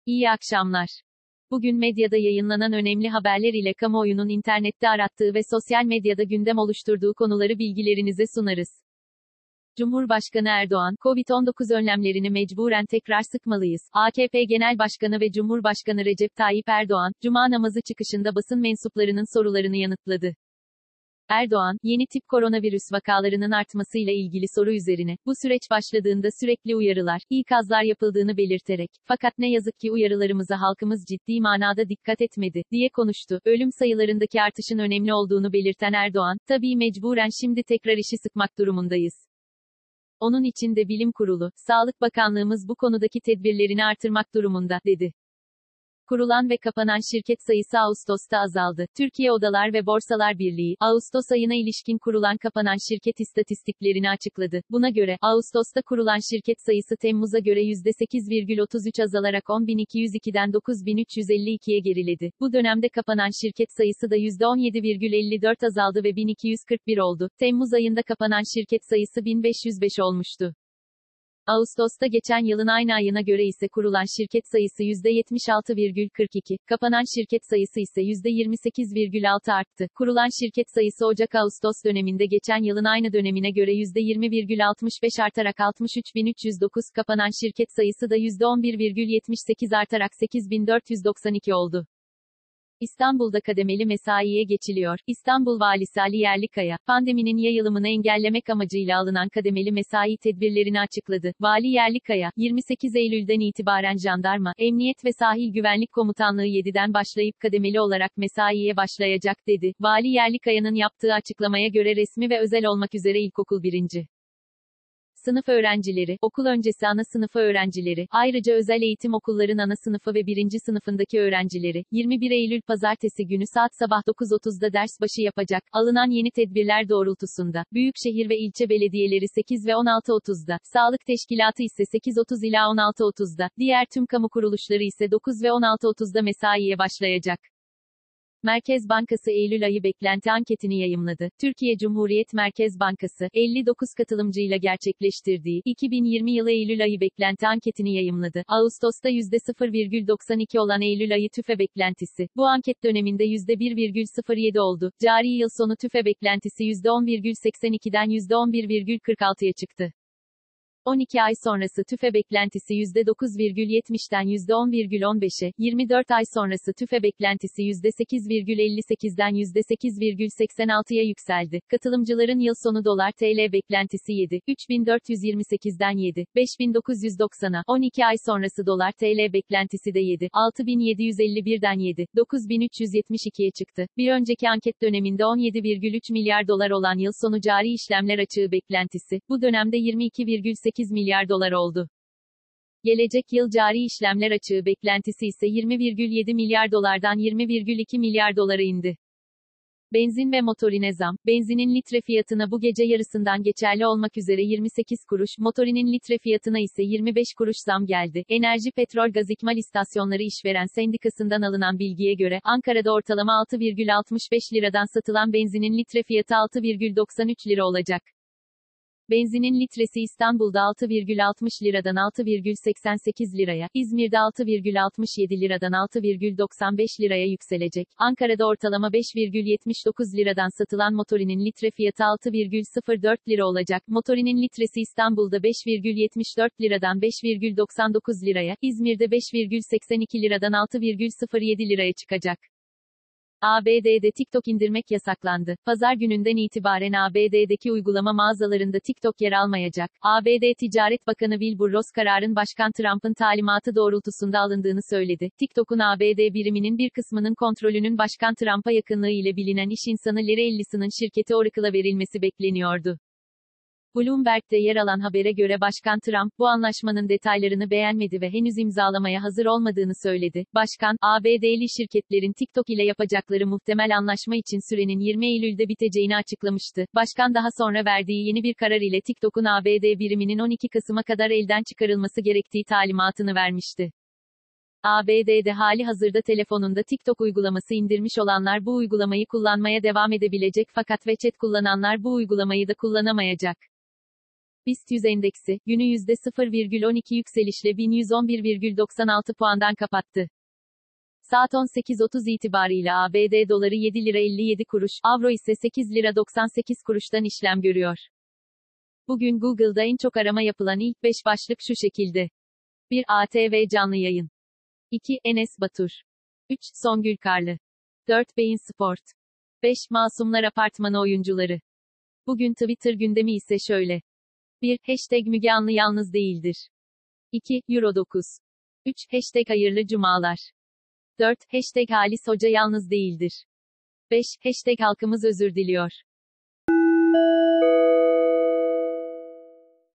İyi akşamlar. Bugün medyada yayınlanan önemli haberler ile kamuoyunun internette arattığı ve sosyal medyada gündem oluşturduğu konuları bilgilerinize sunarız. Cumhurbaşkanı Erdoğan, Covid-19 önlemlerini mecburen tekrar sıkmalıyız. AKP Genel Başkanı ve Cumhurbaşkanı Recep Tayyip Erdoğan, Cuma namazı çıkışında basın mensuplarının sorularını yanıtladı. Erdoğan, yeni tip koronavirüs vakalarının artmasıyla ilgili soru üzerine, bu süreç başladığında sürekli uyarılar, ikazlar yapıldığını belirterek, fakat ne yazık ki uyarılarımıza halkımız ciddi manada dikkat etmedi, diye konuştu. Ölüm sayılarındaki artışın önemli olduğunu belirten Erdoğan, tabii mecburen şimdi tekrar işi sıkmak durumundayız. Onun için de Bilim Kurulu, Sağlık Bakanlığımız bu konudaki tedbirlerini artırmak durumunda, dedi. Kurulan ve kapanan şirket sayısı Ağustos'ta azaldı. Türkiye Odalar ve Borsalar Birliği, Ağustos ayına ilişkin kurulan kapanan şirket istatistiklerini açıkladı. Buna göre, Ağustos'ta kurulan şirket sayısı Temmuz'a göre %8,33 azalarak 10.202'den 9.352'ye geriledi. Bu dönemde kapanan şirket sayısı da %17,54 azaldı ve 1241 oldu. Temmuz ayında kapanan şirket sayısı 1505 olmuştu. Ağustos'ta geçen yılın aynı ayına göre ise kurulan şirket sayısı %76,42, kapanan şirket sayısı ise %28,6 arttı. Kurulan şirket sayısı Ocak-Ağustos döneminde geçen yılın aynı dönemine göre %20,65 artarak 63.309, kapanan şirket sayısı da %11,78 artarak 8.492 oldu. İstanbul'da kademeli mesaiye geçiliyor. İstanbul Valisi Ali Yerlikaya, pandeminin yayılımını engellemek amacıyla alınan kademeli mesai tedbirlerini açıkladı. Vali Yerlikaya, 28 Eylül'den itibaren Jandarma, Emniyet ve Sahil Güvenlik Komutanlığı 7'den başlayıp kademeli olarak mesaiye başlayacak, dedi. Vali Yerlikaya'nın yaptığı açıklamaya göre resmi ve özel olmak üzere ilkokul 1. Sınıf öğrencileri, okul öncesi ana sınıfı öğrencileri, ayrıca özel eğitim okulların ana sınıfı ve 1. sınıfındaki öğrencileri, 21 Eylül Pazartesi günü saat sabah 9.30'da ders başı yapacak. Alınan yeni tedbirler doğrultusunda, büyükşehir ve ilçe belediyeleri 8 ve 16.30'da, sağlık teşkilatı ise 8.30 ila 16.30'da, diğer tüm kamu kuruluşları ise 9 ve 16.30'da mesaiye başlayacak. Merkez Bankası Eylül ayı beklenti anketini yayımladı. Türkiye Cumhuriyet Merkez Bankası, 59 katılımcıyla gerçekleştirdiği 2020 yılı Eylül ayı beklenti anketini yayımladı. Ağustos'ta %0,92 olan Eylül ayı tüfe beklentisi, bu anket döneminde %1,07 oldu. Cari yıl sonu tüfe beklentisi %10,82'den %11,46'ya çıktı. 12 ay sonrası tüfe beklentisi %9,70'den %10,15'e, 24 ay sonrası tüfe beklentisi %8,58'den %8,86'ya yükseldi. Katılımcıların yıl sonu dolar TL beklentisi 3.428'den 5.990'a, 12 ay sonrası dolar TL beklentisi de 6.751'den 9.372'ye çıktı. Bir önceki anket döneminde 17,3 milyar dolar olan yıl sonu cari işlemler açığı beklentisi, bu dönemde 22,8 milyar dolar oldu. Gelecek yıl cari işlemler açığı beklentisi ise 20,7 milyar dolardan 20,2 milyar dolara indi. Benzin ve motorine zam. Benzinin litre fiyatına bu gece yarısından geçerli olmak üzere 28 kuruş, motorinin litre fiyatına ise 25 kuruş zam geldi. Enerji Petrol Gaz İkmal İstasyonları İşveren Sendikası'ndan alınan bilgiye göre, Ankara'da ortalama 6,65 liradan satılan benzinin litre fiyatı 6,93 lira olacak. Benzinin litresi İstanbul'da 6,60 liradan 6,88 liraya, İzmir'de 6,67 liradan 6,95 liraya yükselecek. Ankara'da ortalama 5,79 liradan satılan motorinin litre fiyatı 6,04 lira olacak. Motorinin litresi İstanbul'da 5,74 liradan 5,99 liraya, İzmir'de 5,82 liradan 6,07 liraya çıkacak. ABD'de TikTok indirmek yasaklandı. Pazar gününden itibaren ABD'deki uygulama mağazalarında TikTok yer almayacak. ABD Ticaret Bakanı Wilbur Ross kararın Başkan Trump'ın talimatı doğrultusunda alındığını söyledi. TikTok'un ABD biriminin bir kısmının kontrolünün Başkan Trump'a yakınlığı ile bilinen iş insanı Larry Ellison'ın şirketi Oracle'a verilmesi bekleniyordu. Bloomberg'de yer alan habere göre Başkan Trump, bu anlaşmanın detaylarını beğenmedi ve henüz imzalamaya hazır olmadığını söyledi. Başkan, ABD'li şirketlerin TikTok ile yapacakları muhtemel anlaşma için sürenin 20 Eylül'de biteceğini açıklamıştı. Başkan daha sonra verdiği yeni bir karar ile TikTok'un ABD biriminin 12 Kasım'a kadar elden çıkarılması gerektiği talimatını vermişti. ABD'de hali hazırda telefonunda TikTok uygulaması indirmiş olanlar bu uygulamayı kullanmaya devam edebilecek fakat WeChat kullananlar bu uygulamayı da kullanamayacak. BIST 100 endeksi, günü %0,12 yükselişle 1111,96 puandan kapattı. Saat 18.30 itibarıyla ABD doları 7 lira 57 kuruş, avro ise 8 lira 98 kuruştan işlem görüyor. Bugün Google'da en çok arama yapılan ilk 5 başlık şu şekilde. 1. ATV canlı yayın. 2. Enes Batur. 3. Songül Karlı. 4. Bein Sport. 5. Masumlar Apartmanı oyuncuları. Bugün Twitter gündemi ise şöyle. 1. Hashtag Müge Anlı yalnız değildir. 2. Euro 9. 3. Hashtag hayırlı cumalar. 4. Hashtag Halis Hoca yalnız değildir. 5. Hashtag halkımız özür diliyor.